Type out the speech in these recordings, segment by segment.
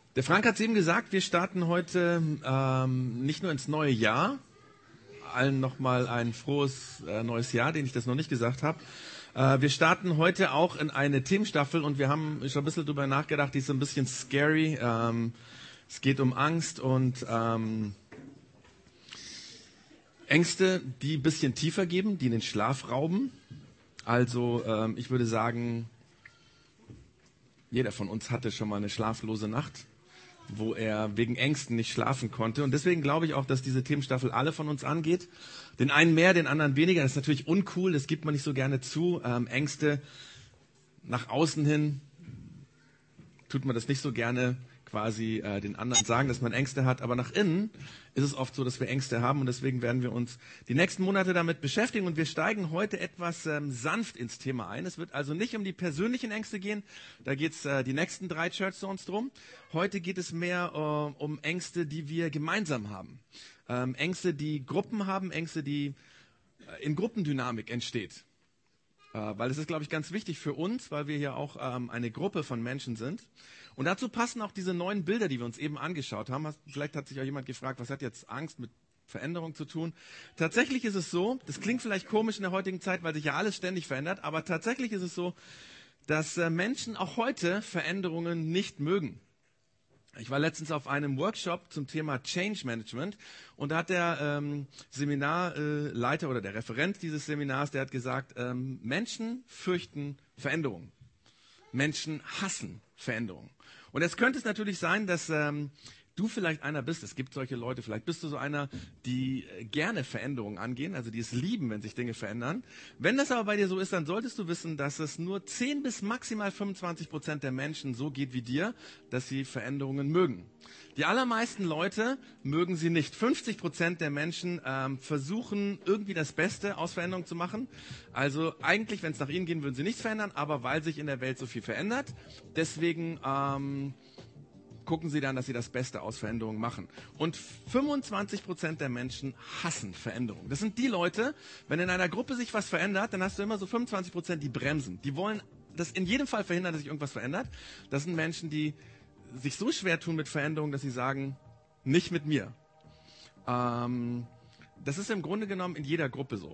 Der Frank hat es eben gesagt, wir starten heute nicht nur ins neue Jahr, allen nochmal ein frohes neues Jahr, den ich das noch nicht gesagt habe. Wir starten heute auch in eine Themenstaffel und wir haben schon ein bisschen drüber nachgedacht, die ist so ein bisschen scary. Es geht um Angst und Ängste, die ein bisschen tiefer geben, die den Schlaf rauben. Also ich würde sagen, jeder von uns hatte schon mal eine schlaflose Nacht, wo er wegen Ängsten nicht schlafen konnte. Und deswegen glaube ich auch, dass diese Themenstaffel alle von uns angeht. Den einen mehr, den anderen weniger. Das ist natürlich uncool, das gibt man nicht so gerne zu. Ängste nach außen hin tut man das nicht so gerne quasi den anderen sagen, dass man Ängste hat. Aber nach innen ist es oft so, dass wir Ängste haben. Und deswegen werden wir uns die nächsten Monate damit beschäftigen. Und wir steigen heute etwas sanft ins Thema ein. Es wird also nicht um die persönlichen Ängste gehen. Da geht es die nächsten 3 Church Zones drum. Heute geht es mehr um Ängste, die wir gemeinsam haben. Ängste, die Gruppen haben. Ängste, die in Gruppendynamik entsteht. Weil es ist, glaube ich, ganz wichtig für uns, weil wir hier auch eine Gruppe von Menschen sind. Und dazu passen auch diese 9 Bilder, die wir uns eben angeschaut haben. Vielleicht hat sich auch jemand gefragt, was hat jetzt Angst mit Veränderung zu tun? Tatsächlich ist es so, das klingt vielleicht komisch in der heutigen Zeit, weil sich ja alles ständig verändert, aber tatsächlich ist es so, dass Menschen auch heute Veränderungen nicht mögen. Ich war letztens auf einem Workshop zum Thema Change Management und da hat der Seminarleiter oder der Referent dieses Seminars, der hat gesagt, Menschen fürchten Veränderungen. Menschen hassen Veränderungen. Und jetzt könnte es natürlich sein, dass du vielleicht einer bist, es gibt solche Leute, vielleicht bist du so einer, die gerne Veränderungen angehen, also die es lieben, wenn sich Dinge verändern. Wenn das aber bei dir so ist, dann solltest du wissen, dass es nur 10 bis maximal 25% der Menschen so geht wie dir, dass sie Veränderungen mögen. Die allermeisten Leute mögen sie nicht. 50% der Menschen versuchen irgendwie das Beste aus Veränderungen zu machen. Also eigentlich, wenn es nach ihnen geht, würden sie nichts verändern, aber weil sich in der Welt so viel verändert, deswegen gucken sie dann, dass sie das Beste aus Veränderungen machen. Und 25% der Menschen hassen Veränderungen. Das sind die Leute, wenn in einer Gruppe sich was verändert, dann hast du immer so 25%, die bremsen. Die wollen das in jedem Fall verhindern, dass sich irgendwas verändert. Das sind Menschen, die sich so schwer tun mit Veränderungen, dass sie sagen, nicht mit mir. Das ist im Grunde genommen in jeder Gruppe so.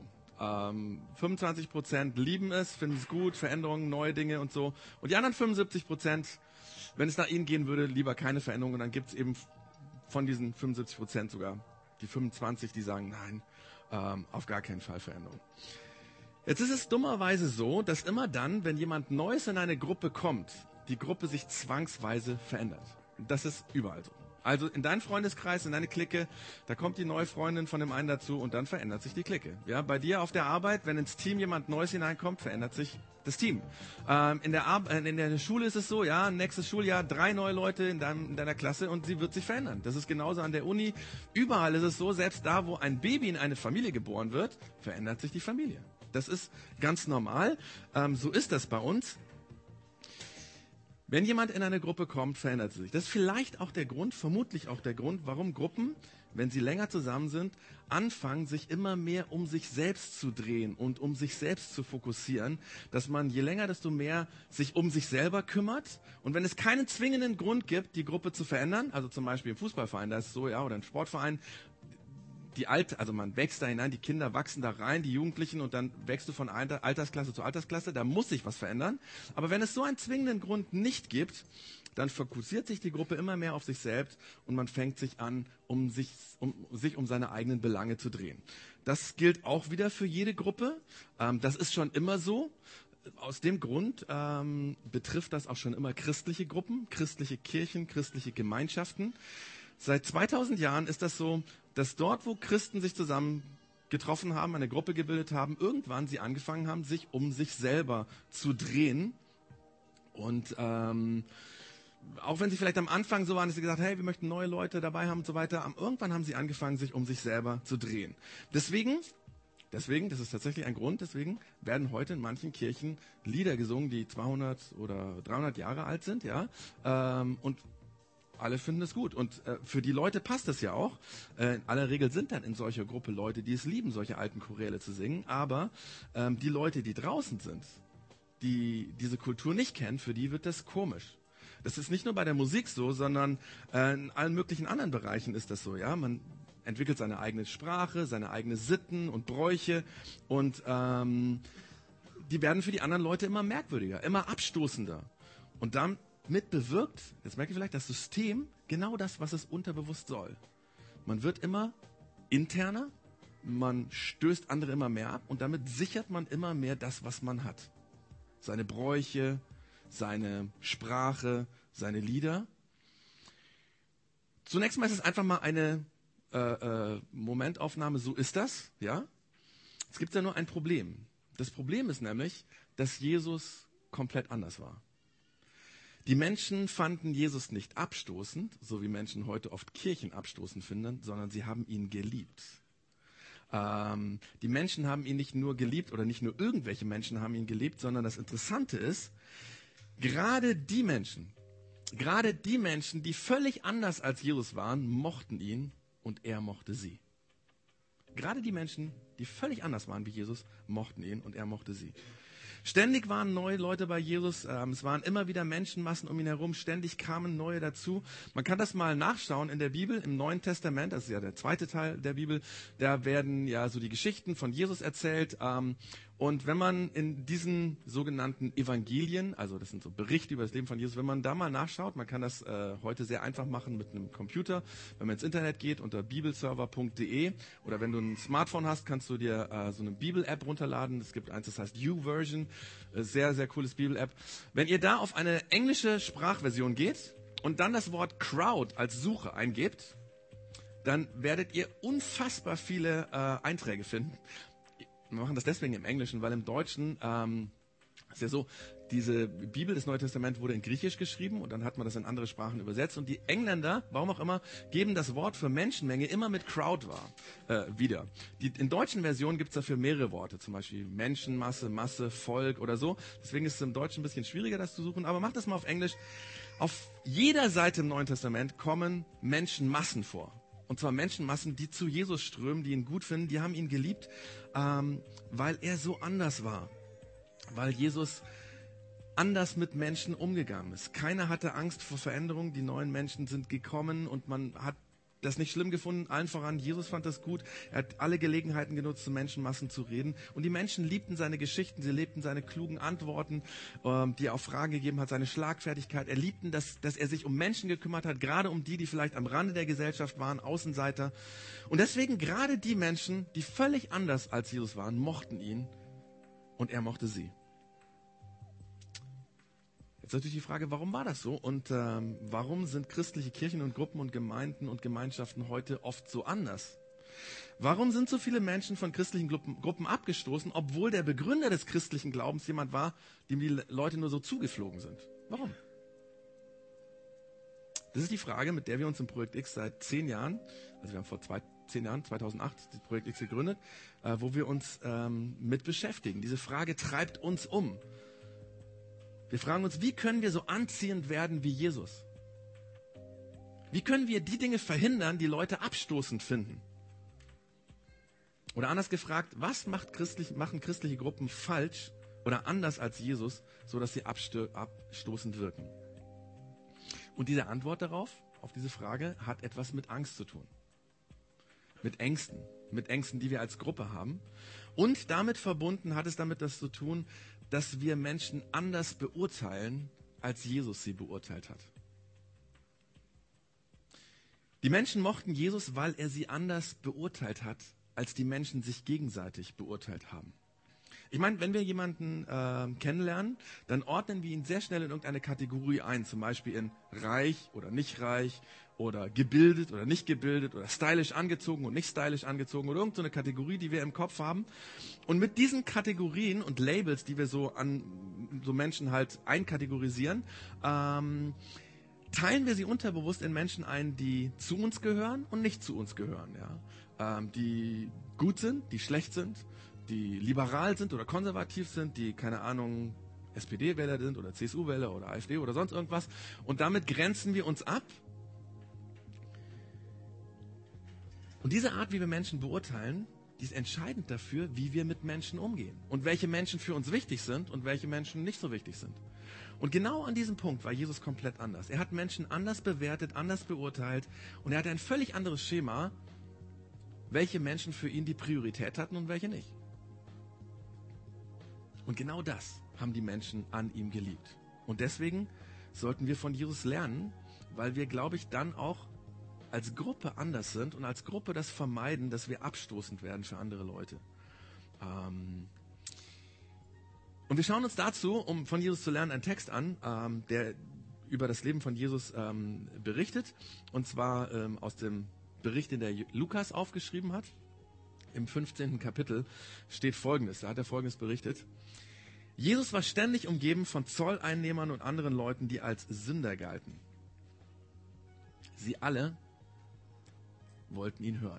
25% lieben es, finden es gut, Veränderungen, neue Dinge und so. Und die anderen 75%, wenn es nach ihnen gehen würde, lieber keine Veränderungen. Und dann gibt es eben von diesen 75% sogar die 25, die sagen, nein, auf gar keinen Fall Veränderung. Jetzt ist es dummerweise so, dass immer dann, wenn jemand Neues in eine Gruppe kommt, die Gruppe sich zwangsweise verändert. Das ist überall so. Also in deinen Freundeskreis, in deine Clique, da kommt die neue Freundin von dem einen dazu und dann verändert sich die Clique. Ja, bei dir auf der Arbeit, wenn ins Team jemand Neues hineinkommt, verändert sich das Team. In der Schule ist es so, ja, nächstes Schuljahr 3 neue Leute in deiner Klasse und sie wird sich verändern. Das ist genauso an der Uni. Überall ist es so, selbst da, wo ein Baby in eine Familie geboren wird, verändert sich die Familie. Das ist ganz normal. So ist das bei uns. Wenn jemand in eine Gruppe kommt, verändert sie sich. Das ist vielleicht auch der Grund, vermutlich auch der Grund, warum Gruppen, wenn sie länger zusammen sind, anfangen, sich immer mehr um sich selbst zu drehen und um sich selbst zu fokussieren, dass man je länger, desto mehr sich um sich selber kümmert. Und wenn es keinen zwingenden Grund gibt, die Gruppe zu verändern, also zum Beispiel im Fußballverein, da ist es so, ja, oder im Sportverein, also man wächst da hinein, die Kinder wachsen da rein, die Jugendlichen, und dann wächst du von Altersklasse zu Altersklasse, da muss sich was verändern. Aber wenn es so einen zwingenden Grund nicht gibt, dann fokussiert sich die Gruppe immer mehr auf sich selbst und man fängt sich an, um seine eigenen Belange zu drehen. Das gilt auch wieder für jede Gruppe. Das ist schon immer so. Aus dem Grund betrifft das auch schon immer christliche Gruppen, christliche Kirchen, christliche Gemeinschaften. Seit 2000 Jahren ist das so, dass dort, wo Christen sich zusammen getroffen haben, eine Gruppe gebildet haben, irgendwann sie angefangen haben, sich um sich selber zu drehen. Und auch wenn sie vielleicht am Anfang so waren, dass sie gesagt haben, hey, wir möchten neue Leute dabei haben und so weiter, irgendwann haben sie angefangen, sich um sich selber zu drehen. Deswegen, das ist tatsächlich ein Grund, deswegen werden heute in manchen Kirchen Lieder gesungen, die 200 oder 300 Jahre alt sind, ja, und alle finden es gut. Und für die Leute passt es ja auch. In aller Regel sind dann in solcher Gruppe Leute, die es lieben, solche alten Choräle zu singen. Aber die Leute, die draußen sind, die diese Kultur nicht kennen, für die wird das komisch. Das ist nicht nur bei der Musik so, sondern in allen möglichen anderen Bereichen ist das so. Ja, man entwickelt seine eigene Sprache, seine eigenen Sitten und Bräuche und die werden für die anderen Leute immer merkwürdiger, immer abstoßender. Und damit bewirkt, jetzt merkt ihr vielleicht, das System genau das, was es unterbewusst soll. Man wird immer interner, man stößt andere immer mehr ab und damit sichert man immer mehr das, was man hat. Seine Bräuche, seine Sprache, seine Lieder. Zunächst mal ist es einfach mal eine Momentaufnahme, so ist das. Ja? Es gibt ja nur ein Problem. Das Problem ist nämlich, dass Jesus komplett anders war. Die Menschen fanden Jesus nicht abstoßend, so wie Menschen heute oft Kirchen abstoßend finden, sondern sie haben ihn geliebt. Die Menschen haben ihn nicht nur geliebt oder nicht nur irgendwelche Menschen haben ihn geliebt, sondern das Interessante ist, gerade die Menschen, die völlig anders als Jesus waren, mochten ihn und er mochte sie. Gerade die Menschen, die völlig anders waren wie Jesus, mochten ihn und er mochte sie. Ständig waren neue Leute bei Jesus, es waren immer wieder Menschenmassen um ihn herum, ständig kamen neue dazu. Man kann das mal nachschauen in der Bibel, im Neuen Testament, das ist ja der zweite Teil der Bibel, da werden ja so die Geschichten von Jesus erzählt. Und wenn man in diesen sogenannten Evangelien, also das sind so Berichte über das Leben von Jesus, wenn man da mal nachschaut, man kann das heute sehr einfach machen mit einem Computer, wenn man ins Internet geht unter bibelserver.de oder wenn du ein Smartphone hast, kannst du dir so eine Bibel-App runterladen. Es gibt eins, das heißt YouVersion, sehr, sehr cooles Bibel-App. Wenn ihr da auf eine englische Sprachversion geht und dann das Wort Crowd als Suche eingebt, dann werdet ihr unfassbar viele Einträge finden. Wir machen das deswegen im Englischen, weil im Deutschen ist ja so, diese Bibel, das Neue Testament wurde in Griechisch geschrieben und dann hat man das in andere Sprachen übersetzt und die Engländer, warum auch immer, geben das Wort für Menschenmenge immer mit Crowd wieder. In deutschen Versionen gibt es dafür mehrere Worte, zum Beispiel Menschenmasse, Masse, Volk oder so. Deswegen ist es im Deutschen ein bisschen schwieriger, das zu suchen, aber macht das mal auf Englisch. Auf jeder Seite im Neuen Testament kommen Menschenmassen vor. Und zwar Menschenmassen, die zu Jesus strömen, die ihn gut finden, die haben ihn geliebt, weil er so anders war. Weil Jesus anders mit Menschen umgegangen ist. Keiner hatte Angst vor Veränderung. Die neuen Menschen sind gekommen und man hat das nicht schlimm gefunden. Allen voran, Jesus fand das gut. Er hat alle Gelegenheiten genutzt, zu Menschenmassen zu reden. Und die Menschen liebten seine Geschichten. Sie liebten seine klugen Antworten, die er auf Fragen gegeben hat, seine Schlagfertigkeit. Er liebten, dass er sich um Menschen gekümmert hat, gerade um die vielleicht am Rande der Gesellschaft waren, Außenseiter. Und deswegen gerade die Menschen, die völlig anders als Jesus waren, mochten ihn und er mochte sie. Jetzt natürlich die Frage, warum war das so und warum sind christliche Kirchen und Gruppen und Gemeinden und Gemeinschaften heute oft so anders? Warum sind so viele Menschen von christlichen Gruppen abgestoßen, obwohl der Begründer des christlichen Glaubens jemand war, dem die Leute nur so zugeflogen sind? Warum? Das ist die Frage, mit der wir uns im Projekt X seit 10 Jahren, also wir haben vor 10 Jahren, 2008, das Projekt X gegründet, wo wir uns mit beschäftigen. Diese Frage treibt uns um. Wir fragen uns, wie können wir so anziehend werden wie Jesus? Wie können wir die Dinge verhindern, die Leute abstoßend finden? Oder anders gefragt, was machen christliche Gruppen falsch oder anders als Jesus, sodass sie abstoßend wirken? Und diese Antwort darauf, auf diese Frage, hat etwas mit Angst zu tun. Mit Ängsten, die wir als Gruppe haben. Und damit verbunden hat es damit das zu tun, dass wir Menschen anders beurteilen, als Jesus sie beurteilt hat. Die Menschen mochten Jesus, weil er sie anders beurteilt hat, als die Menschen sich gegenseitig beurteilt haben. Ich meine, wenn wir jemanden kennenlernen, dann ordnen wir ihn sehr schnell in irgendeine Kategorie ein, zum Beispiel in reich oder nicht reich oder gebildet oder nicht gebildet oder stylisch angezogen und nicht stylisch angezogen oder irgendeine Kategorie, die wir im Kopf haben. Und mit diesen Kategorien und Labels, die wir so an so Menschen halt einkategorisieren, teilen wir sie unterbewusst in Menschen ein, die zu uns gehören und nicht zu uns gehören. Ja? Die gut sind, die schlecht sind, die liberal sind oder konservativ sind, die, keine Ahnung, SPD-Wähler sind oder CSU-Wähler oder AfD oder sonst irgendwas. Und damit grenzen wir uns ab. Und diese Art, wie wir Menschen beurteilen, die ist entscheidend dafür, wie wir mit Menschen umgehen. Und welche Menschen für uns wichtig sind und welche Menschen nicht so wichtig sind. Und genau an diesem Punkt war Jesus komplett anders. Er hat Menschen anders bewertet, anders beurteilt und er hatte ein völlig anderes Schema, welche Menschen für ihn die Priorität hatten und welche nicht. Und genau das haben die Menschen an ihm geliebt. Und deswegen sollten wir von Jesus lernen, weil wir, glaube ich, dann auch als Gruppe anders sind und als Gruppe das vermeiden, dass wir abstoßend werden für andere Leute. Und wir schauen uns dazu, um von Jesus zu lernen, einen Text an, der über das Leben von Jesus berichtet. Und zwar aus dem Bericht, den der Lukas aufgeschrieben hat. Im 15. Kapitel steht Folgendes, da hat er Folgendes berichtet. Jesus war ständig umgeben von Zolleinnehmern und anderen Leuten, die als Sünder galten. Sie alle wollten ihn hören.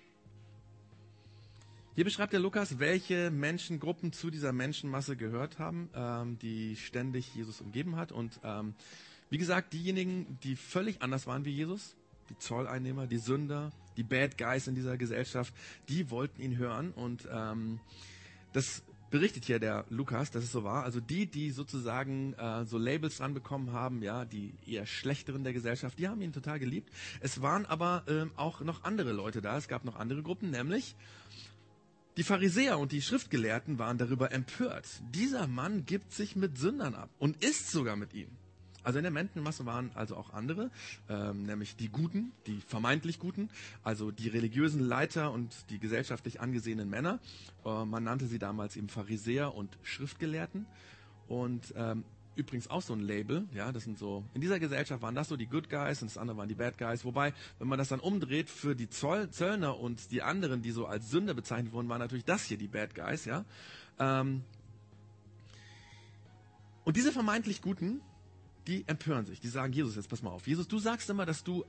Hier beschreibt der Lukas, welche Menschengruppen zu dieser Menschenmasse gehört haben, die ständig Jesus umgeben hat. Und wie gesagt, diejenigen, die völlig anders waren wie Jesus, die Zolleinnehmer, die Sünder, die Bad Guys in dieser Gesellschaft, die wollten ihn hören. Und das berichtet hier der Lukas, dass es so war. Also die sozusagen so Labels dran bekommen haben, ja, die eher Schlechteren der Gesellschaft, die haben ihn total geliebt. Es waren aber auch noch andere Leute da. Es gab noch andere Gruppen, nämlich die Pharisäer und die Schriftgelehrten waren darüber empört. Dieser Mann gibt sich mit Sündern ab und isst sogar mit ihnen. Also in der Menschenmasse waren also auch andere, nämlich die Guten, die vermeintlich Guten, also die religiösen Leiter und die gesellschaftlich angesehenen Männer. Man nannte sie damals eben Pharisäer und Schriftgelehrten. Und übrigens auch so ein Label, ja, das sind so, in dieser Gesellschaft waren das so die Good Guys und das andere waren die Bad Guys. Wobei, wenn man das dann umdreht, für die Zöllner und die anderen, die so als Sünder bezeichnet wurden, waren natürlich das hier die Bad Guys, ja. Und diese vermeintlich Guten, die empören sich, die sagen, Jesus, jetzt pass mal auf. Jesus, du sagst immer, dass du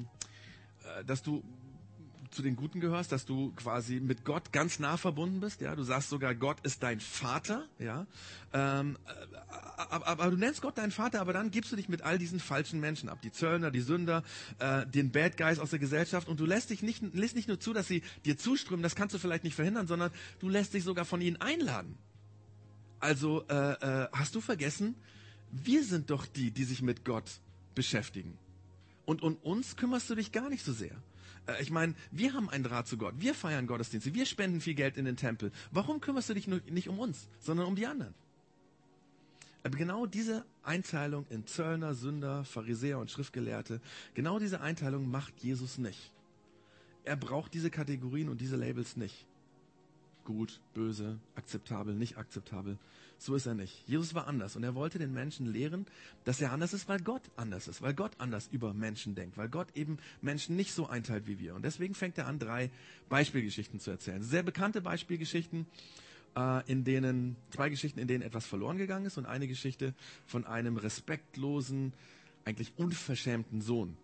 zu den Guten gehörst, dass du quasi mit Gott ganz nah verbunden bist, ja. Du sagst sogar, Gott ist dein Vater, ja. Aber du nennst Gott deinen Vater, aber dann gibst du dich mit all diesen falschen Menschen ab. Die Zöllner, die Sünder, den Bad Guys aus der Gesellschaft und du lässt nicht nur zu, dass sie dir zuströmen, das kannst du vielleicht nicht verhindern, sondern du lässt dich sogar von ihnen einladen. Also, hast du vergessen, wir sind doch die sich mit Gott beschäftigen. Und um uns kümmerst du dich gar nicht so sehr. Ich meine, wir haben einen Draht zu Gott. Wir feiern Gottesdienste. Wir spenden viel Geld in den Tempel. Warum kümmerst du dich nicht um uns, sondern um die anderen? Aber genau diese Einteilung in Zöllner, Sünder, Pharisäer und Schriftgelehrte, genau diese Einteilung macht Jesus nicht. Er braucht diese Kategorien und diese Labels nicht. Gut, böse, akzeptabel, nicht akzeptabel. So ist er nicht. Jesus war anders und er wollte den Menschen lehren, dass er anders ist, weil Gott anders ist, weil Gott anders über Menschen denkt, weil Gott eben Menschen nicht so einteilt wie wir. Und deswegen fängt er an, 3 Beispielgeschichten zu erzählen. Sehr bekannte Beispielgeschichten, 2 Geschichten, in denen etwas verloren gegangen ist und eine Geschichte von einem respektlosen, eigentlich unverschämten Sohn.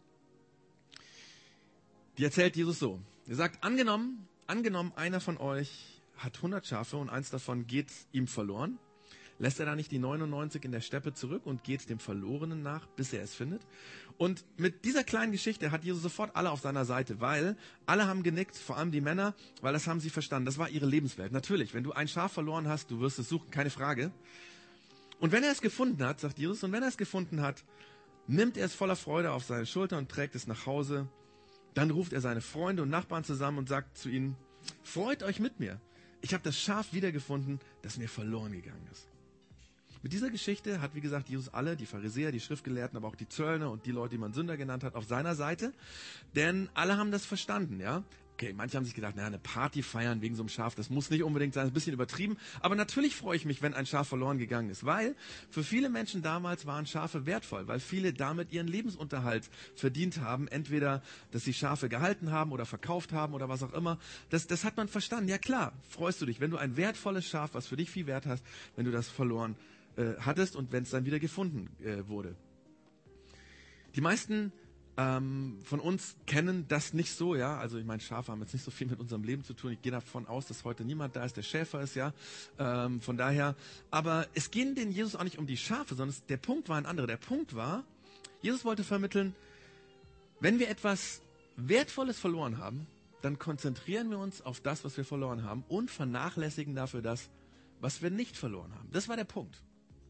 Die erzählt Jesus so. Er sagt, angenommen, einer von euch hat 100 Schafe und eins davon geht ihm verloren. Lässt er da nicht die 99 in der Steppe zurück und geht dem Verlorenen nach, bis er es findet? Und mit dieser kleinen Geschichte hat Jesus sofort alle auf seiner Seite, weil alle haben genickt, vor allem die Männer, weil das haben sie verstanden. Das war ihre Lebenswelt. Natürlich, wenn du ein Schaf verloren hast, du wirst es suchen, keine Frage. Und wenn er es gefunden hat, sagt Jesus, nimmt er es voller Freude auf seine Schulter und trägt es nach Hause. Dann ruft er seine Freunde und Nachbarn zusammen und sagt zu ihnen, freut euch mit mir. Ich habe das Schaf wiedergefunden, das mir verloren gegangen ist. Mit dieser Geschichte hat, wie gesagt, Jesus alle, die Pharisäer, die Schriftgelehrten, aber auch die Zöllner und die Leute, die man Sünder genannt hat, auf seiner Seite. Denn alle haben das verstanden, ja. Okay, manche haben sich gedacht, naja, eine Party feiern wegen so einem Schaf, das muss nicht unbedingt sein, das ist ein bisschen übertrieben. Aber natürlich freue ich mich, wenn ein Schaf verloren gegangen ist, weil für viele Menschen damals waren Schafe wertvoll, weil viele damit ihren Lebensunterhalt verdient haben. Entweder, dass sie Schafe gehalten haben oder verkauft haben oder was auch immer. Das hat man verstanden. Ja klar, freust du dich, wenn du ein wertvolles Schaf, was für dich viel Wert hast, wenn du das verloren hattest und wenn es dann wieder gefunden wurde. Die meisten von uns kennen das nicht so, ja. Also ich meine, Schafe haben jetzt nicht so viel mit unserem Leben zu tun. Ich gehe davon aus, dass heute niemand da ist, der Schäfer ist, ja. Von daher, aber es ging den Jesus auch nicht um die Schafe, sondern der Punkt war ein anderer. Der Punkt war, Jesus wollte vermitteln, wenn wir etwas Wertvolles verloren haben, dann konzentrieren wir uns auf das, was wir verloren haben und vernachlässigen dafür das, was wir nicht verloren haben. Das war der Punkt.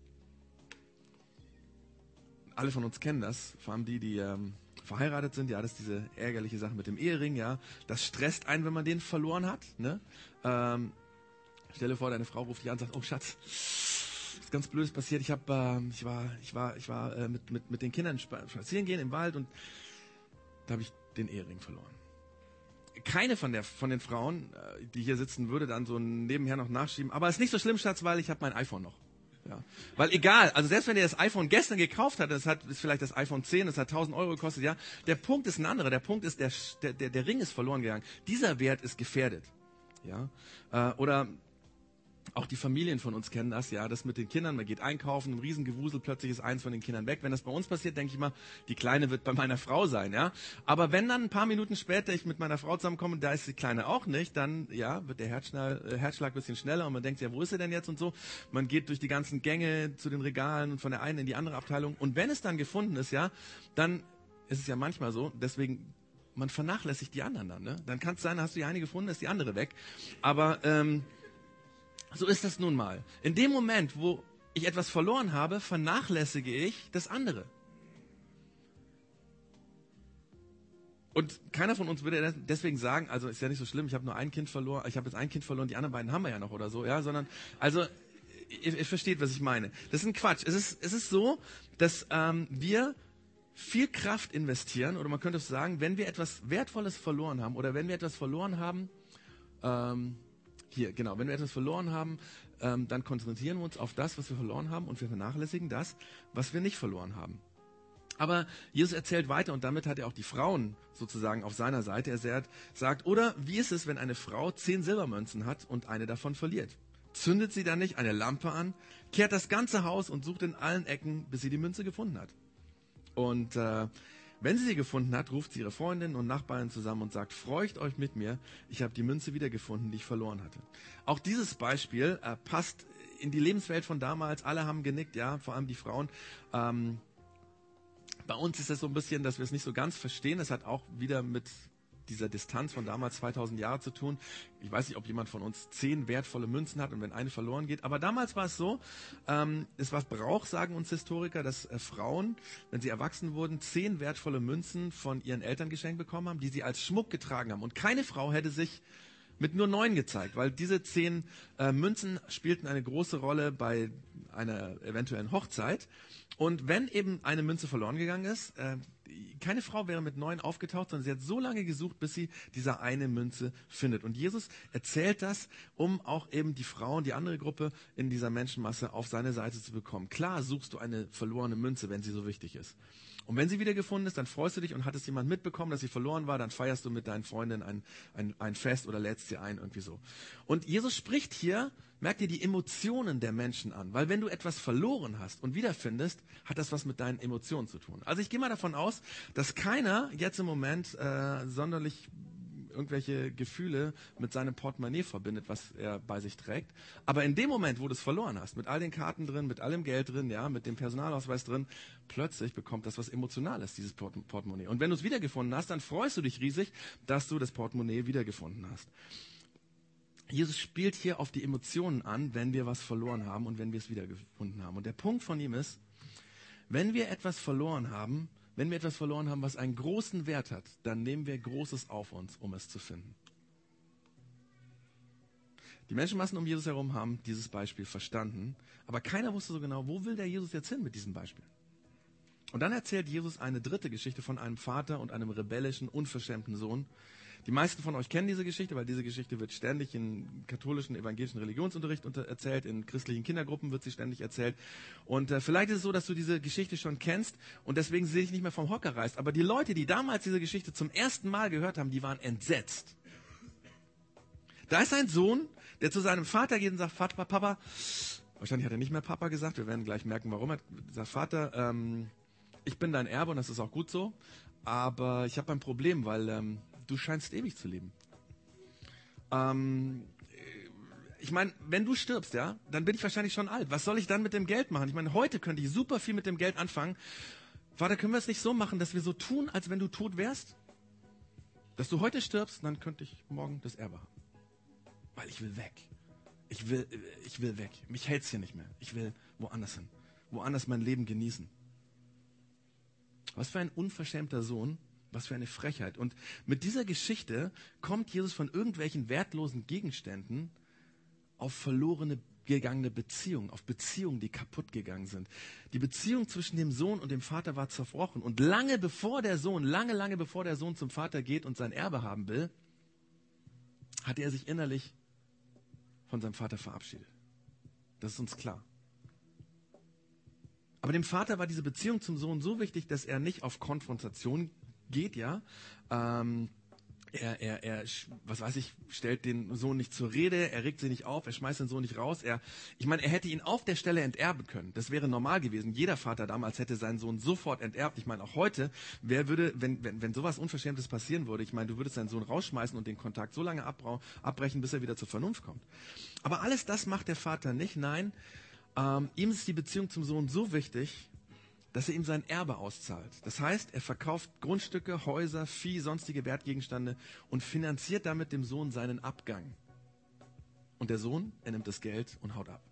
Alle von uns kennen das, vor allem die verheiratet sind, ja, das ist diese ärgerliche Sache mit dem Ehering, ja. Das stresst einen, wenn man den verloren hat, ne? Stell dir vor, deine Frau ruft dich an und sagt, oh Schatz, ist ganz Blödes passiert, ich war mit den Kindern spazieren gehen im Wald und da habe ich den Ehering verloren. Keine von den Frauen, die hier sitzen, würde dann so nebenher noch nachschieben, aber ist nicht so schlimm, Schatz, weil ich habe mein iPhone noch. Ja. Weil egal, also selbst wenn ihr das iPhone gestern gekauft habt, ist vielleicht das iPhone 10, das hat 1.000 Euro gekostet, ja, der Punkt ist ein anderer, der Punkt ist, der Ring ist verloren gegangen. Dieser Wert ist gefährdet. Ja. Oder auch die Familien von uns kennen das, ja, das mit den Kindern, man geht einkaufen, ein Riesengewusel, plötzlich ist eins von den Kindern weg. Wenn das bei uns passiert, denke ich mal, die Kleine wird bei meiner Frau sein, ja. Aber wenn dann ein paar Minuten später ich mit meiner Frau zusammenkomme, da ist die Kleine auch nicht, dann, ja, wird der Herzschlag ein bisschen schneller und man denkt, ja, wo ist sie denn jetzt und so. Man geht durch die ganzen Gänge zu den Regalen und von der einen in die andere Abteilung. Und wenn es dann gefunden ist, ja, dann ist es ja manchmal so, deswegen, man vernachlässigt die anderen dann, ne. Dann kann es sein, hast du die eine gefunden, ist die andere weg. Aber, so ist das nun mal. In dem Moment, wo ich etwas verloren habe, vernachlässige ich das andere. Und keiner von uns würde deswegen sagen, also ist ja nicht so schlimm, ich habe nur ein Kind verloren, ich habe jetzt ein Kind verloren, die anderen beiden haben wir ja noch oder so, ja, sondern, also, ihr versteht, was ich meine. Das ist ein Quatsch. Es ist so, dass wir viel Kraft investieren, oder man könnte sagen, wenn wir etwas Wertvolles verloren haben, oder wenn wir etwas verloren haben, wenn wir etwas verloren haben, dann konzentrieren wir uns auf das, was wir verloren haben und wir vernachlässigen das, was wir nicht verloren haben. Aber Jesus erzählt weiter und damit hat er auch die Frauen sozusagen auf seiner Seite. Er sagt, oder wie ist es, wenn eine Frau 10 Silbermünzen hat und eine davon verliert? Zündet sie dann nicht eine Lampe an, kehrt das ganze Haus und sucht in allen Ecken, bis sie die Münze gefunden hat? Und wenn sie gefunden hat, ruft sie ihre Freundinnen und Nachbarn zusammen und sagt, freut euch mit mir, ich habe die Münze wiedergefunden, die ich verloren hatte. Auch dieses Beispiel passt in die Lebenswelt von damals. Alle haben genickt, ja, vor allem die Frauen. Bei uns ist es so ein bisschen, dass wir es nicht so ganz verstehen. Das hat auch wieder mit dieser Distanz von damals 2000 Jahre zu tun. Ich weiß nicht, ob jemand von uns 10 wertvolle Münzen hat und wenn eine verloren geht. Aber damals war es so, es war Brauch, sagen uns Historiker, dass Frauen, wenn sie erwachsen wurden, 10 wertvolle Münzen von ihren Eltern geschenkt bekommen haben, die sie als Schmuck getragen haben. Und keine Frau hätte sich mit nur 9 gezeigt, weil diese 10 Münzen spielten eine große Rolle bei einer eventuellen Hochzeit. Und wenn eben eine Münze verloren gegangen ist, keine Frau wäre mit 9 aufgetaucht, sondern sie hat so lange gesucht, bis sie diese eine Münze findet. Und Jesus erzählt das, um auch eben die Frauen, die andere Gruppe in dieser Menschenmasse auf seine Seite zu bekommen. Klar suchst du eine verlorene Münze, wenn sie so wichtig ist. Und wenn sie wieder gefunden ist, dann freust du dich und hat es jemand mitbekommen, dass sie verloren war, dann feierst du mit deinen Freundinnen ein Fest oder lädst sie ein, irgendwie so. Und Jesus spricht hier, merkt dir die Emotionen der Menschen an. Weil wenn du etwas verloren hast und wiederfindest, hat das was mit deinen Emotionen zu tun. Also ich gehe mal davon aus, dass keiner jetzt im Moment sonderlich irgendwelche Gefühle mit seinem Portemonnaie verbindet, was er bei sich trägt. Aber in dem Moment, wo du es verloren hast, mit all den Karten drin, mit allem Geld drin, ja, mit dem Personalausweis drin, plötzlich bekommt das was Emotionales, dieses Portemonnaie. Und wenn du es wiedergefunden hast, dann freust du dich riesig, dass du das Portemonnaie wiedergefunden hast. Jesus spielt hier auf die Emotionen an, wenn wir was verloren haben und wenn wir es wiedergefunden haben. Und der Punkt von ihm ist, wenn wir etwas verloren haben, was einen großen Wert hat, dann nehmen wir Großes auf uns, um es zu finden. Die Menschenmassen um Jesus herum haben dieses Beispiel verstanden, aber keiner wusste so genau, wo will der Jesus jetzt hin mit diesem Beispiel. Und dann erzählt Jesus eine dritte Geschichte von einem Vater und einem rebellischen, unverschämten Sohn. Die meisten von euch kennen diese Geschichte, weil diese Geschichte wird ständig in katholischen, evangelischen Religionsunterricht erzählt, in christlichen Kindergruppen wird sie ständig erzählt. Und vielleicht ist es so, dass du diese Geschichte schon kennst und deswegen sie dich nicht mehr vom Hocker reißt. Aber die Leute, die damals diese Geschichte zum ersten Mal gehört haben, die waren entsetzt. Da ist ein Sohn, der zu seinem Vater geht und sagt, Vater, Papa, wahrscheinlich hat er nicht mehr Papa gesagt, wir werden gleich merken, warum. Er sagt, Vater, ich bin dein Erbe und das ist auch gut so, aber ich habe ein Problem, weil du scheinst ewig zu leben. Ich meine, wenn du stirbst, ja, dann bin ich wahrscheinlich schon alt. Was soll ich dann mit dem Geld machen? Ich meine, heute könnte ich super viel mit dem Geld anfangen. Vater, können wir es nicht so machen, dass wir so tun, als wenn du tot wärst? Dass du heute stirbst, dann könnte ich morgen das Erbe haben. Weil ich will weg. Ich will weg. Mich hält's hier nicht mehr. Ich will woanders hin. Woanders mein Leben genießen. Was für ein unverschämter Sohn. Was für eine Frechheit. Und mit dieser Geschichte kommt Jesus von irgendwelchen wertlosen Gegenständen auf verlorene gegangene Beziehungen, auf Beziehungen, die kaputt gegangen sind. Die Beziehung zwischen dem Sohn und dem Vater war zerbrochen. Und lange bevor der Sohn zum Vater geht und sein Erbe haben will, hat er sich innerlich von seinem Vater verabschiedet. Das ist uns klar. Aber dem Vater war diese Beziehung zum Sohn so wichtig, dass er nicht auf Konfrontation geht, ja. Was weiß ich, stellt den Sohn nicht zur Rede, er regt sich nicht auf, er schmeißt den Sohn nicht raus. Er hätte ihn auf der Stelle enterben können. Das wäre normal gewesen. Jeder Vater damals hätte seinen Sohn sofort enterbt. Ich meine, auch heute, wer würde, wenn sowas Unverschämtes passieren würde, ich meine, du würdest deinen Sohn rausschmeißen und den Kontakt so lange abbrechen, bis er wieder zur Vernunft kommt. Aber alles das macht der Vater nicht. Nein, ihm ist die Beziehung zum Sohn so wichtig, dass er ihm sein Erbe auszahlt. Das heißt, er verkauft Grundstücke, Häuser, Vieh, sonstige Wertgegenstände und finanziert damit dem Sohn seinen Abgang. Und der Sohn, er nimmt das Geld und haut ab.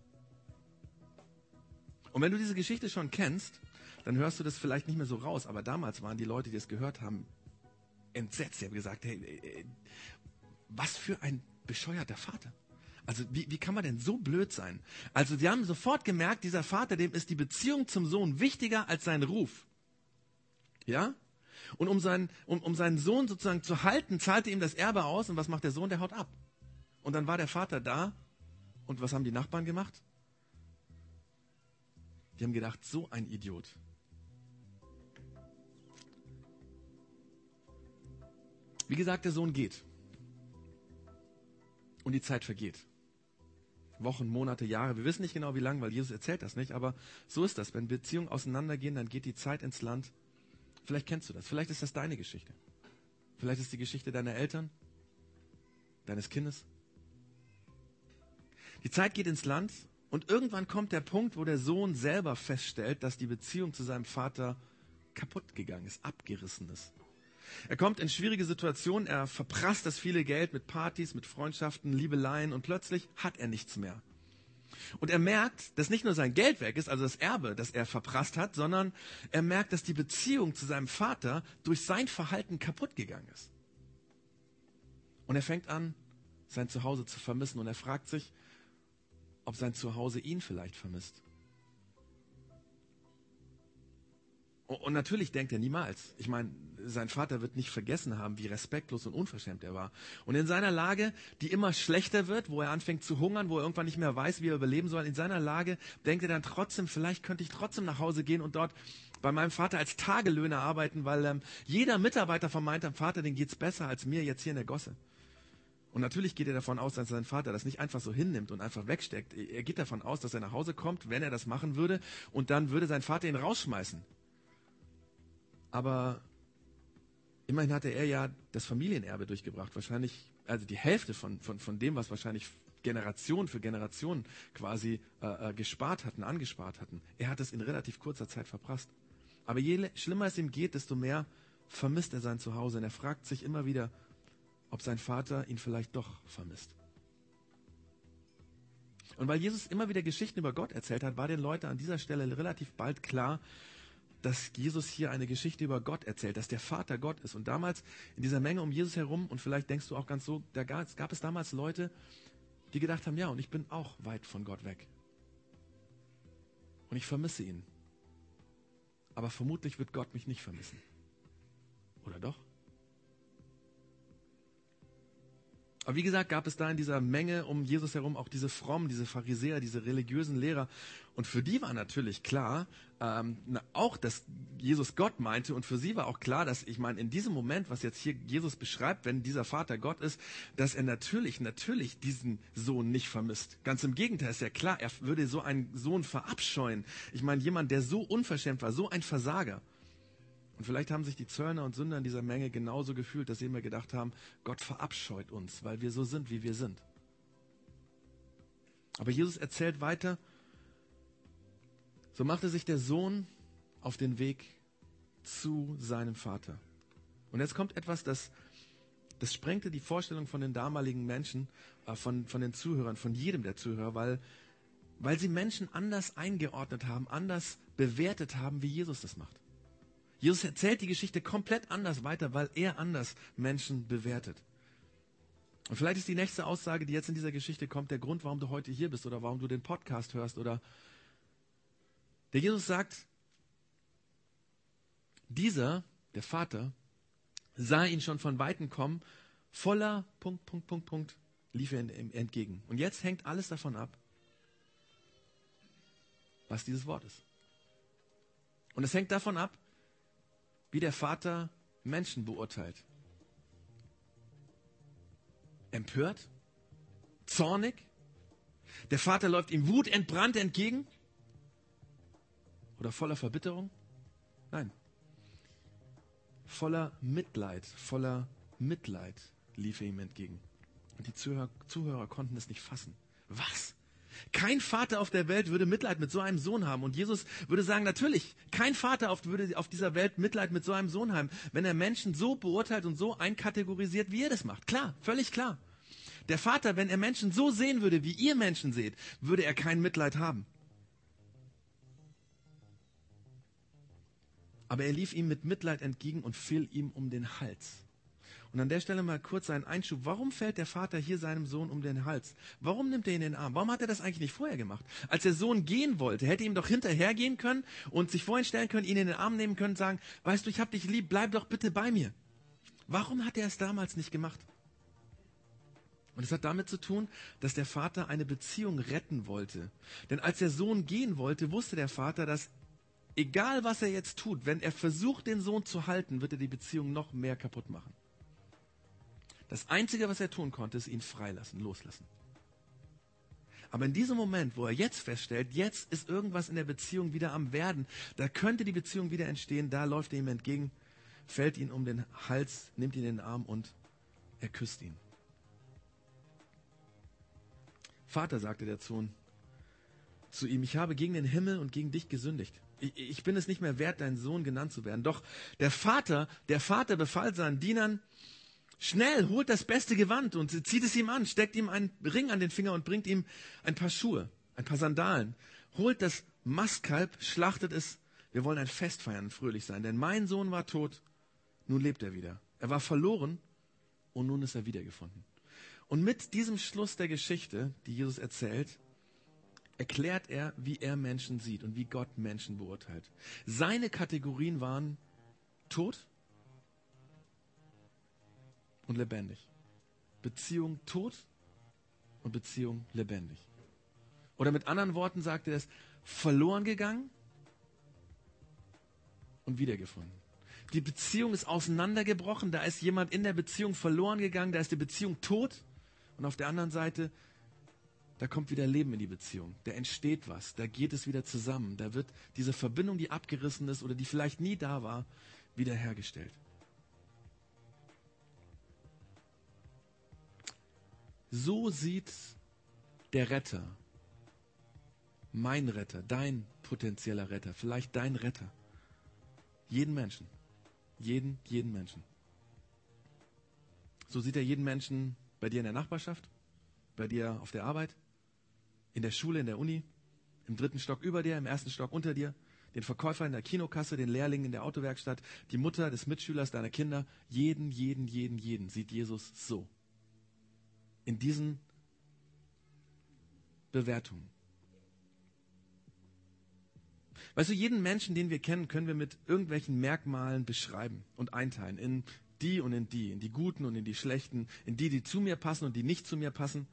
Und wenn du diese Geschichte schon kennst, dann hörst du das vielleicht nicht mehr so raus. Aber damals waren die Leute, die es gehört haben, entsetzt. Sie haben gesagt, hey, was für ein bescheuerter Vater. Also wie kann man denn so blöd sein? Also sie haben sofort gemerkt, dieser Vater, dem ist die Beziehung zum Sohn wichtiger als sein Ruf. Ja? Und um seinen Sohn sozusagen zu halten, zahlte ihm das Erbe aus. Und was macht der Sohn? Der haut ab. Und dann war der Vater da. Und was haben die Nachbarn gemacht? Die haben gedacht, so ein Idiot. Wie gesagt, der Sohn geht. Und die Zeit vergeht. Wochen, Monate, Jahre. Wir wissen nicht genau, wie lange, weil Jesus erzählt das nicht. Aber so ist das. Wenn Beziehungen auseinandergehen, dann geht die Zeit ins Land. Vielleicht kennst du das. Vielleicht ist das deine Geschichte. Vielleicht ist die Geschichte deiner Eltern, deines Kindes. Die Zeit geht ins Land und irgendwann kommt der Punkt, wo der Sohn selber feststellt, dass die Beziehung zu seinem Vater kaputt gegangen ist, abgerissen ist. Er kommt in schwierige Situationen, er verprasst das viele Geld mit Partys, mit Freundschaften, Liebeleien und plötzlich hat er nichts mehr. Und er merkt, dass nicht nur sein Geld weg ist, also das Erbe, das er verprasst hat, sondern er merkt, dass die Beziehung zu seinem Vater durch sein Verhalten kaputt gegangen ist. Und er fängt an, sein Zuhause zu vermissen und er fragt sich, ob sein Zuhause ihn vielleicht vermisst. Und natürlich denkt er niemals. Ich meine, sein Vater wird nicht vergessen haben, wie respektlos und unverschämt er war. Und in seiner Lage, die immer schlechter wird, wo er anfängt zu hungern, wo er irgendwann nicht mehr weiß, wie er überleben soll, in seiner Lage denkt er dann trotzdem, vielleicht könnte ich trotzdem nach Hause gehen und dort bei meinem Vater als Tagelöhner arbeiten, weil jeder Mitarbeiter von meinem Vater, den geht's besser als mir jetzt hier in der Gosse. Und natürlich geht er davon aus, dass sein Vater das nicht einfach so hinnimmt und einfach wegsteckt. Er geht davon aus, dass er nach Hause kommt, wenn er das machen würde, und dann würde sein Vater ihn rausschmeißen. Aber immerhin hatte er ja das Familienerbe durchgebracht. Wahrscheinlich, also die Hälfte von dem, was wahrscheinlich Generation für Generation quasi angespart hatten. Er hat es in relativ kurzer Zeit verprasst. Aber je schlimmer es ihm geht, desto mehr vermisst er sein Zuhause. Und er fragt sich immer wieder, ob sein Vater ihn vielleicht doch vermisst. Und weil Jesus immer wieder Geschichten über Gott erzählt hat, war den Leuten an dieser Stelle relativ bald klar, dass Jesus hier eine Geschichte über Gott erzählt, dass der Vater Gott ist. Und damals in dieser Menge um Jesus herum, und vielleicht denkst du auch ganz so, da gab es damals Leute, die gedacht haben, ja, und ich bin auch weit von Gott weg. Und ich vermisse ihn. Aber vermutlich wird Gott mich nicht vermissen. Oder doch? Aber wie gesagt, gab es da in dieser Menge um Jesus herum auch diese Frommen, diese Pharisäer, diese religiösen Lehrer. Und für die war natürlich klar, auch, dass Jesus Gott meinte. Und für sie war auch klar, dass, ich meine, in diesem Moment, was jetzt hier Jesus beschreibt, wenn dieser Vater Gott ist, dass er natürlich diesen Sohn nicht vermisst. Ganz im Gegenteil, ist ja klar, er würde so einen Sohn verabscheuen. Ich meine, jemand, der so unverschämt war, so ein Versager. Und vielleicht haben sich die Zöllner und Sünder in dieser Menge genauso gefühlt, dass sie immer gedacht haben, Gott verabscheut uns, weil wir so sind, wie wir sind. Aber Jesus erzählt weiter, so machte sich der Sohn auf den Weg zu seinem Vater. Und jetzt kommt etwas, das Das sprengte die Vorstellung von den damaligen Menschen, von den Zuhörern, von jedem der Zuhörer, weil sie Menschen anders eingeordnet haben, anders bewertet haben, wie Jesus das macht. Jesus erzählt die Geschichte komplett anders weiter, weil er anders Menschen bewertet. Und vielleicht ist die nächste Aussage, die jetzt in dieser Geschichte kommt, der Grund, warum du heute hier bist oder warum du den Podcast hörst. Oder der Jesus sagt, der Vater, sah ihn schon von Weitem kommen, voller ... lief er ihm entgegen. Und jetzt hängt alles davon ab, was dieses Wort ist. Und es hängt davon ab, wie der Vater Menschen beurteilt. Empört? Zornig? Der Vater läuft ihm wutentbrannt entgegen? Oder voller Verbitterung? Nein. Voller Mitleid lief er ihm entgegen. Und die Zuhörer konnten es nicht fassen. Was? Kein Vater auf der Welt würde Mitleid mit so einem Sohn haben. Und Jesus würde sagen, natürlich, kein Vater würde auf dieser Welt Mitleid mit so einem Sohn haben, wenn er Menschen so beurteilt und so einkategorisiert, wie ihr das macht. Klar, völlig klar. Der Vater, wenn er Menschen so sehen würde, wie ihr Menschen seht, würde er kein Mitleid haben. Aber er lief ihm mit Mitleid entgegen und fiel ihm um den Hals. Und an der Stelle mal kurz einen Einschub. Warum fällt der Vater hier seinem Sohn um den Hals? Warum nimmt er ihn in den Arm? Warum hat er das eigentlich nicht vorher gemacht? Als der Sohn gehen wollte, hätte ihm doch hinterhergehen können und sich vorhin stellen können, ihn in den Arm nehmen können und sagen, weißt du, ich hab dich lieb, bleib doch bitte bei mir. Warum hat er es damals nicht gemacht? Und es hat damit zu tun, dass der Vater eine Beziehung retten wollte. Denn als der Sohn gehen wollte, wusste der Vater, dass egal was er jetzt tut, wenn er versucht, den Sohn zu halten, wird er die Beziehung noch mehr kaputt machen. Das Einzige, was er tun konnte, ist ihn freilassen, loslassen. Aber in diesem Moment, wo er jetzt feststellt, jetzt ist irgendwas in der Beziehung wieder am Werden, da könnte die Beziehung wieder entstehen, da läuft er ihm entgegen, fällt ihn um den Hals, nimmt ihn in den Arm und er küsst ihn. Vater, sagte der Sohn zu ihm, ich habe gegen den Himmel und gegen dich gesündigt. Ich bin es nicht mehr wert, dein Sohn genannt zu werden. Doch der Vater befahl seinen Dienern, schnell, holt das beste Gewand und zieht es ihm an, steckt ihm einen Ring an den Finger und bringt ihm ein paar Schuhe, ein paar Sandalen. Holt das Mastkalb, schlachtet es. Wir wollen ein Fest feiern und fröhlich sein. Denn mein Sohn war tot, nun lebt er wieder. Er war verloren und nun ist er wiedergefunden. Und mit diesem Schluss der Geschichte, die Jesus erzählt, erklärt er, wie er Menschen sieht und wie Gott Menschen beurteilt. Seine Kategorien waren tot und lebendig. Beziehung tot und Beziehung lebendig. Oder mit anderen Worten sagt er es, verloren gegangen und wiedergefunden. Die Beziehung ist auseinandergebrochen, da ist jemand in der Beziehung verloren gegangen, da ist die Beziehung tot und auf der anderen Seite, da kommt wieder Leben in die Beziehung, da entsteht was, da geht es wieder zusammen, da wird diese Verbindung, die abgerissen ist oder die vielleicht nie da war, wiederhergestellt. So sieht der Retter, mein Retter, dein potenzieller Retter, vielleicht dein Retter, jeden Menschen, jeden Menschen. So sieht er jeden Menschen bei dir in der Nachbarschaft, bei dir auf der Arbeit, in der Schule, in der Uni, im 3. Stock über dir, im 1. Stock unter dir, den Verkäufer in der Kinokasse, den Lehrling in der Autowerkstatt, die Mutter des Mitschülers deiner Kinder, jeden sieht Jesus so. In diesen Bewertungen. Weißt du, jeden Menschen, den wir kennen, können wir mit irgendwelchen Merkmalen beschreiben und einteilen. In die und in die Guten und in die Schlechten, in die zu mir passen und die nicht zu mir passen.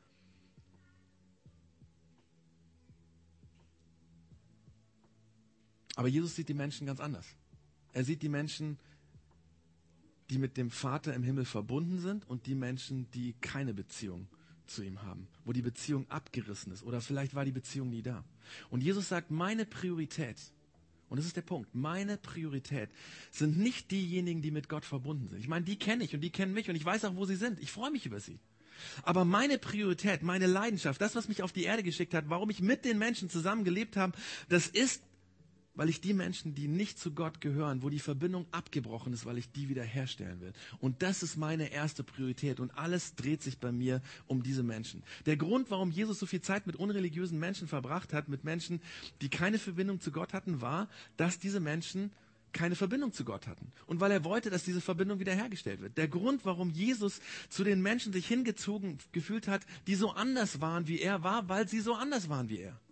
Aber Jesus sieht die Menschen ganz anders. Er sieht die Menschen, die mit dem Vater im Himmel verbunden sind und die Menschen, die keine Beziehung zu ihm haben, wo die Beziehung abgerissen ist oder vielleicht war die Beziehung nie da. Und Jesus sagt, meine Priorität, und das ist der Punkt, meine Priorität sind nicht diejenigen, die mit Gott verbunden sind. Ich meine, die kenne ich und die kennen mich und ich weiß auch, wo sie sind. Ich freue mich über sie. Aber meine Priorität, meine Leidenschaft, das, was mich auf die Erde geschickt hat, warum ich mit den Menschen zusammen gelebt habe, das ist weil ich die Menschen, die nicht zu Gott gehören, wo die Verbindung abgebrochen ist, weil ich die wieder herstellen will. Und das ist meine erste Priorität und alles dreht sich bei mir um diese Menschen. Der Grund, warum Jesus so viel Zeit mit unreligiösen Menschen verbracht hat, mit Menschen, die keine Verbindung zu Gott hatten, war, dass diese Menschen keine Verbindung zu Gott hatten. Und weil er wollte, dass diese Verbindung wiederhergestellt wird. Der Grund, warum Jesus zu den Menschen sich hingezogen gefühlt hat, die so anders waren, wie er war, weil sie so anders waren wie er.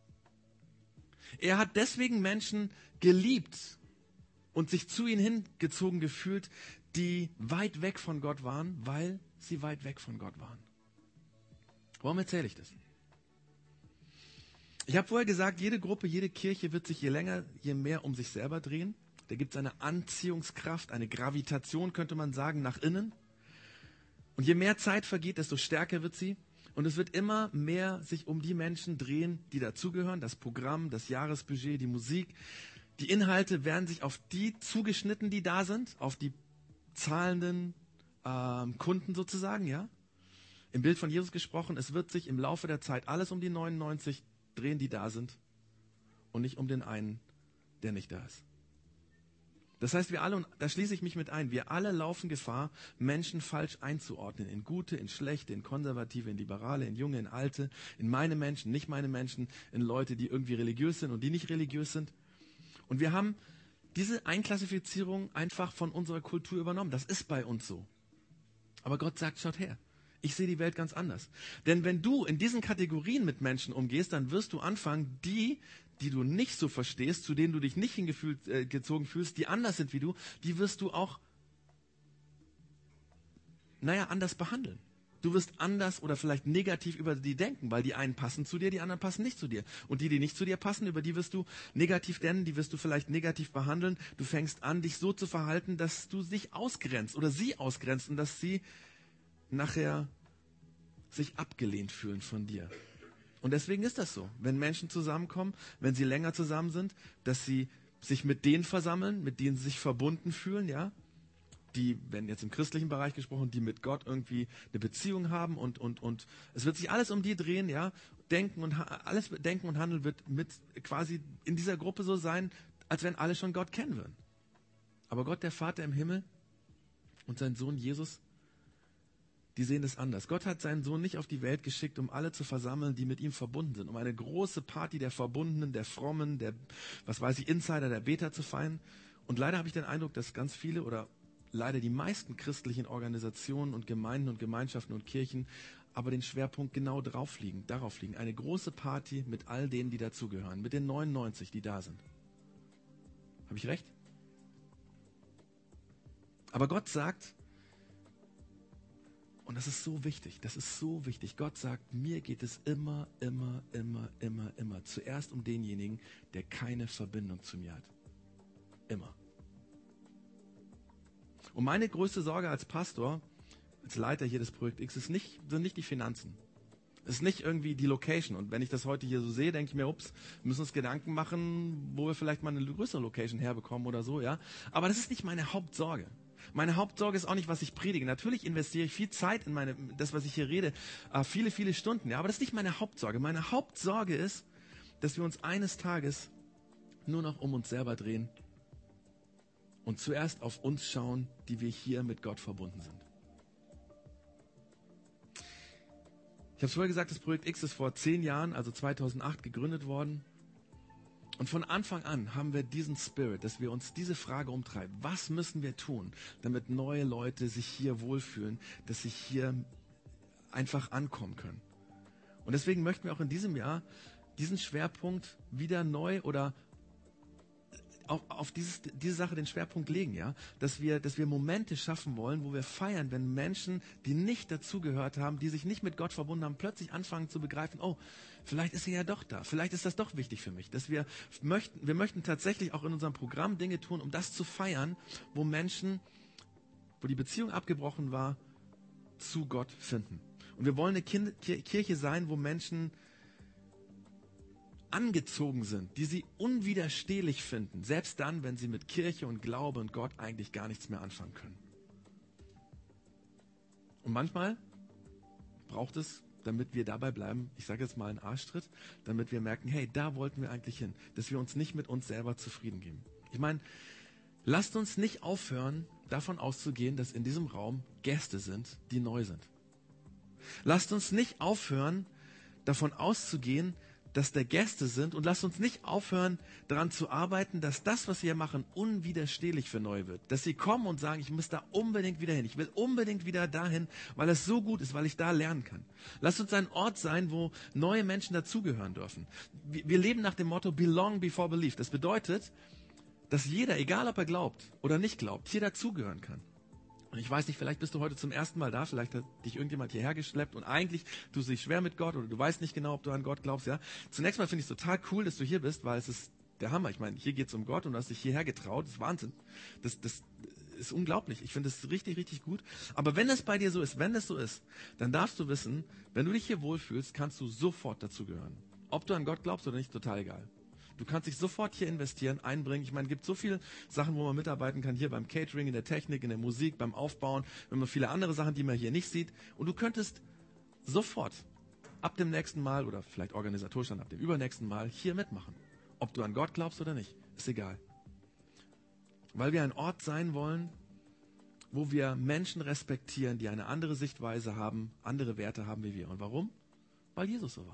Er hat deswegen Menschen geliebt und sich zu ihnen hingezogen gefühlt, die weit weg von Gott waren, weil sie weit weg von Gott waren. Warum erzähle ich das? Ich habe vorher gesagt, jede Gruppe, jede Kirche wird sich je länger, je mehr um sich selber drehen. Da gibt es eine Anziehungskraft, eine Gravitation, könnte man sagen, nach innen. Und je mehr Zeit vergeht, desto stärker wird sie. Und es wird immer mehr sich um die Menschen drehen, die dazugehören. Das Programm, das Jahresbudget, die Musik. Die Inhalte werden sich auf die zugeschnitten, die da sind, auf die zahlenden Kunden sozusagen, ja. Im Bild von Jesus gesprochen, es wird sich im Laufe der Zeit alles um die 99 drehen, die da sind und nicht um den einen, der nicht da ist. Das heißt, wir alle, und da schließe ich mich mit ein, wir alle laufen Gefahr, Menschen falsch einzuordnen. In Gute, in Schlechte, in Konservative, in Liberale, in Junge, in Alte, in meine Menschen, nicht meine Menschen, in Leute, die irgendwie religiös sind und die nicht religiös sind. Und wir haben diese Einklassifizierung einfach von unserer Kultur übernommen. Das ist bei uns so. Aber Gott sagt, schaut her. Ich sehe die Welt ganz anders. Denn wenn du in diesen Kategorien mit Menschen umgehst, dann wirst du anfangen, die du nicht so verstehst, zu denen du dich nicht hingezogen fühlst, die anders sind wie du, die wirst du auch, anders behandeln. Du wirst anders oder vielleicht negativ über die denken, weil die einen passen zu dir, die anderen passen nicht zu dir. Und die nicht zu dir passen, über die wirst du negativ nennen, die wirst du vielleicht negativ behandeln. Du fängst an, dich so zu verhalten, dass du dich ausgrenzt oder sie ausgrenzt und dass sie nachher sich abgelehnt fühlen von dir. Und deswegen ist das so, wenn Menschen zusammenkommen, wenn sie länger zusammen sind, dass sie sich mit denen versammeln, mit denen sie sich verbunden fühlen, ja, die, wenn jetzt im christlichen Bereich gesprochen, die mit Gott irgendwie eine Beziehung haben und es wird sich alles um die drehen, ja, alles Denken und Handeln wird mit quasi in dieser Gruppe so sein, als wenn alle schon Gott kennen würden. Aber Gott, der Vater im Himmel und sein Sohn Jesus, die sehen es anders. Gott hat seinen Sohn nicht auf die Welt geschickt, um alle zu versammeln, die mit ihm verbunden sind, um eine große Party der Verbundenen, der Frommen, der, Insider, der Beter zu feiern. Und leider habe ich den Eindruck, dass ganz viele oder leider die meisten christlichen Organisationen und Gemeinden und Gemeinschaften und Kirchen aber den Schwerpunkt genau darauf liegen. Eine große Party mit all denen, die dazugehören, mit den 99, die da sind. Habe ich recht? Aber Gott sagt, und das ist so wichtig, Gott sagt, mir geht es immer zuerst um denjenigen, der keine Verbindung zu mir hat. Immer. Und meine größte Sorge als Pastor, als Leiter hier des Projekt X, sind nicht die Finanzen. Es ist nicht irgendwie die Location. Und wenn ich das heute hier so sehe, denke ich mir, wir müssen uns Gedanken machen, wo wir vielleicht mal eine größere Location herbekommen oder so, ja. Aber das ist nicht meine Hauptsorge. Meine Hauptsorge ist auch nicht, was ich predige. Natürlich investiere ich viel Zeit in das, was ich hier rede, viele Stunden, ja. Aber das ist nicht meine Hauptsorge. Meine Hauptsorge ist, dass wir uns eines Tages nur noch um uns selber drehen und zuerst auf uns schauen, die wir hier mit Gott verbunden sind. Ich habe es vorher gesagt, das Projekt X ist vor 10 Jahren, also 2008, gegründet worden. Und von Anfang an haben wir diesen Spirit, dass wir uns diese Frage umtreiben. Was müssen wir tun, damit neue Leute sich hier wohlfühlen, dass sie hier einfach ankommen können? Und deswegen möchten wir auch in diesem Jahr diesen Schwerpunkt wieder neu oder auf diese Sache den Schwerpunkt legen, ja, dass wir Momente schaffen wollen, wo wir feiern, wenn Menschen, die nicht dazugehört haben, die sich nicht mit Gott verbunden haben, plötzlich anfangen zu begreifen, oh, vielleicht ist er ja doch da, vielleicht ist das doch wichtig für mich, dass wir möchten tatsächlich auch in unserem Programm Dinge tun, um das zu feiern, wo die Beziehung abgebrochen war, zu Gott finden. Und wir wollen eine Kirche sein, wo Menschen angezogen sind, die sie unwiderstehlich finden, selbst dann, wenn sie mit Kirche und Glaube und Gott eigentlich gar nichts mehr anfangen können. Und manchmal braucht es damit wir dabei bleiben, ich sage jetzt mal einen Arschtritt, damit wir merken, hey, da wollten wir eigentlich hin, dass wir uns nicht mit uns selber zufrieden geben. Ich meine, lasst uns nicht aufhören, davon auszugehen, dass in diesem Raum Gäste sind, die neu sind. Lasst uns nicht aufhören, davon auszugehen, dass da Gäste sind, und lasst uns nicht aufhören, daran zu arbeiten, dass das, was wir machen, unwiderstehlich für neu wird. Dass sie kommen und sagen, ich muss da unbedingt wieder hin. Ich will unbedingt wieder dahin, weil es so gut ist, weil ich da lernen kann. Lasst uns ein Ort sein, wo neue Menschen dazugehören dürfen. Wir leben nach dem Motto Belong before Believe. Das bedeutet, dass jeder, egal ob er glaubt oder nicht glaubt, hier dazugehören kann. Und ich weiß nicht, vielleicht bist du heute zum ersten Mal da, vielleicht hat dich irgendjemand hierher geschleppt und eigentlich tust du dich schwer mit Gott oder du weißt nicht genau, ob du an Gott glaubst. Ja. Zunächst mal finde ich es total cool, dass du hier bist, weil es ist der Hammer. Ich meine, hier geht es um Gott und du hast dich hierher getraut. Das ist Wahnsinn. Das ist unglaublich. Ich finde es richtig, richtig gut. Aber wenn es bei dir so ist, wenn es so ist, dann darfst du wissen, wenn du dich hier wohlfühlst, kannst du sofort dazugehören. Ob du an Gott glaubst oder nicht, total egal. Du kannst dich sofort hier investieren, einbringen. Ich meine, es gibt so viele Sachen, wo man mitarbeiten kann. Hier beim Catering, in der Technik, in der Musik, beim Aufbauen. Wir haben noch viele andere Sachen, die man hier nicht sieht. Und du könntest sofort ab dem nächsten Mal oder vielleicht organisatorisch dann ab dem übernächsten Mal hier mitmachen. Ob du an Gott glaubst oder nicht, ist egal. Weil wir ein Ort sein wollen, wo wir Menschen respektieren, die eine andere Sichtweise haben, andere Werte haben wie wir. Und warum? Weil Jesus so war.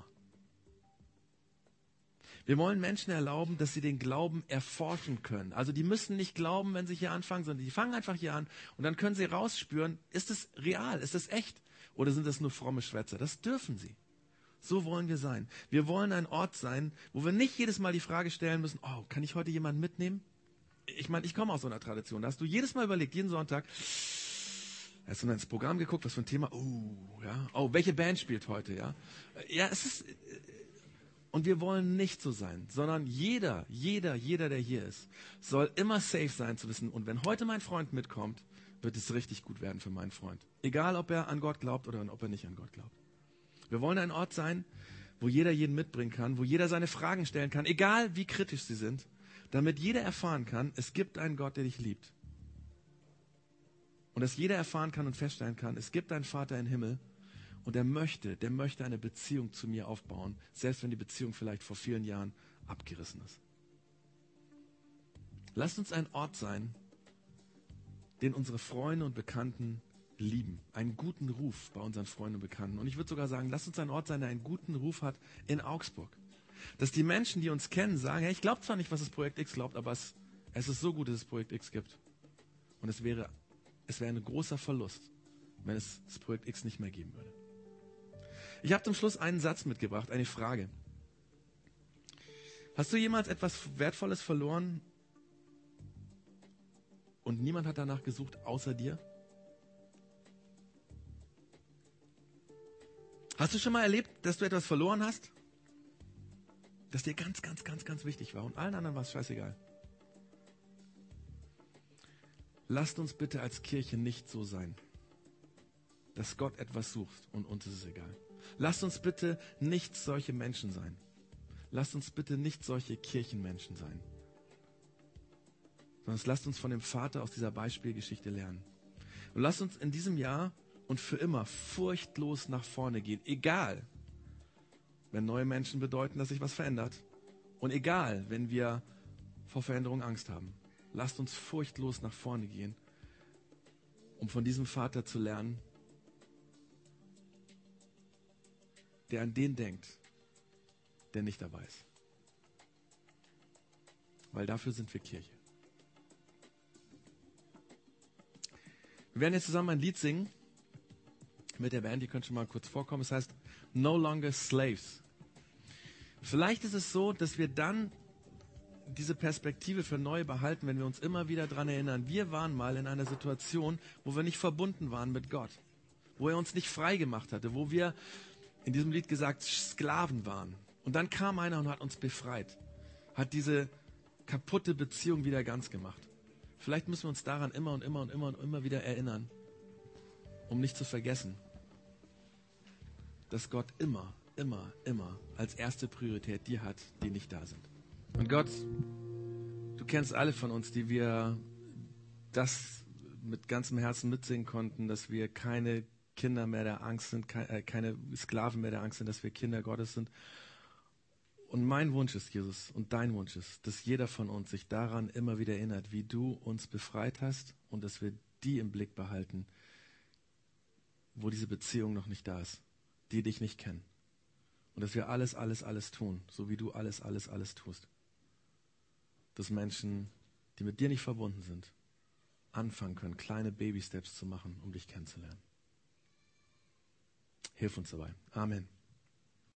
Wir wollen Menschen erlauben, dass sie den Glauben erforschen können. Also die müssen nicht glauben, wenn sie hier anfangen, sondern die fangen einfach hier an und dann können sie rausspüren, ist es real, ist es echt oder sind das nur fromme Schwätzer? Das dürfen sie. So wollen wir sein. Wir wollen ein Ort sein, wo wir nicht jedes Mal die Frage stellen müssen, oh, kann ich heute jemanden mitnehmen? Ich meine, ich komme aus so einer Tradition. Da hast du jedes Mal überlegt, jeden Sonntag, hast du dann ins Programm geguckt, was für ein Thema? Welche Band spielt heute? Ja, es ist... Und wir wollen nicht so sein, sondern jeder, der hier ist, soll immer safe sein zu wissen, und wenn heute mein Freund mitkommt, wird es richtig gut werden für meinen Freund. Egal, ob er an Gott glaubt oder ob er nicht an Gott glaubt. Wir wollen ein Ort sein, wo jeder jeden mitbringen kann, wo jeder seine Fragen stellen kann, egal wie kritisch sie sind, damit jeder erfahren kann, es gibt einen Gott, der dich liebt. Und dass jeder erfahren kann und feststellen kann, es gibt einen Vater im Himmel, und der möchte eine Beziehung zu mir aufbauen, selbst wenn die Beziehung vielleicht vor vielen Jahren abgerissen ist. Lasst uns ein Ort sein, den unsere Freunde und Bekannten lieben. Einen guten Ruf bei unseren Freunden und Bekannten. Und ich würde sogar sagen, lasst uns ein Ort sein, der einen guten Ruf hat in Augsburg. Dass die Menschen, die uns kennen, sagen, hey, ich glaube zwar nicht, was das Projekt X glaubt, aber es ist so gut, dass es Projekt X gibt. Und es wäre ein großer Verlust, wenn es das Projekt X nicht mehr geben würde. Ich habe zum Schluss einen Satz mitgebracht, eine Frage. Hast du jemals etwas Wertvolles verloren und niemand hat danach gesucht, außer dir? Hast du schon mal erlebt, dass du etwas verloren hast, das dir ganz, ganz, ganz, ganz wichtig war und allen anderen war es scheißegal? Lasst uns bitte als Kirche nicht so sein, dass Gott etwas sucht und uns ist es egal. Lasst uns bitte nicht solche Menschen sein. Lasst uns bitte nicht solche Kirchenmenschen sein. Sondern lasst uns von dem Vater aus dieser Beispielgeschichte lernen. Und lasst uns in diesem Jahr und für immer furchtlos nach vorne gehen. Egal, wenn neue Menschen bedeuten, dass sich was verändert. Und egal, wenn wir vor Veränderung Angst haben. Lasst uns furchtlos nach vorne gehen, um von diesem Vater zu lernen, der an den denkt, der nicht dabei ist. Weil dafür sind wir Kirche. Wir werden jetzt zusammen ein Lied singen mit der Band, die könnt schon mal kurz vorkommen. Es heißt No Longer Slaves. Vielleicht ist es so, dass wir dann diese Perspektive für neu behalten, wenn wir uns immer wieder daran erinnern, wir waren mal in einer Situation, wo wir nicht verbunden waren mit Gott, wo er uns nicht frei gemacht hatte, wo wir in diesem Lied gesagt, Sklaven waren. Und dann kam einer und hat uns befreit. Hat diese kaputte Beziehung wieder ganz gemacht. Vielleicht müssen wir uns daran immer und immer wieder erinnern, um nicht zu vergessen, dass Gott immer als erste Priorität die hat, die nicht da sind. Und Gott, du kennst alle von uns, die wir das mit ganzem Herzen mitsingen konnten, dass wir keine Kinder mehr der Angst sind, keine Sklaven mehr der Angst sind, dass wir Kinder Gottes sind. Und mein Wunsch ist, Jesus, und dein Wunsch ist, dass jeder von uns sich daran immer wieder erinnert, wie du uns befreit hast und dass wir die im Blick behalten, wo diese Beziehung noch nicht da ist, die dich nicht kennen. Und dass wir alles tun, so wie du alles tust. Dass Menschen, die mit dir nicht verbunden sind, anfangen können, kleine Baby-Steps zu machen, um dich kennenzulernen. Hilf uns dabei. Amen.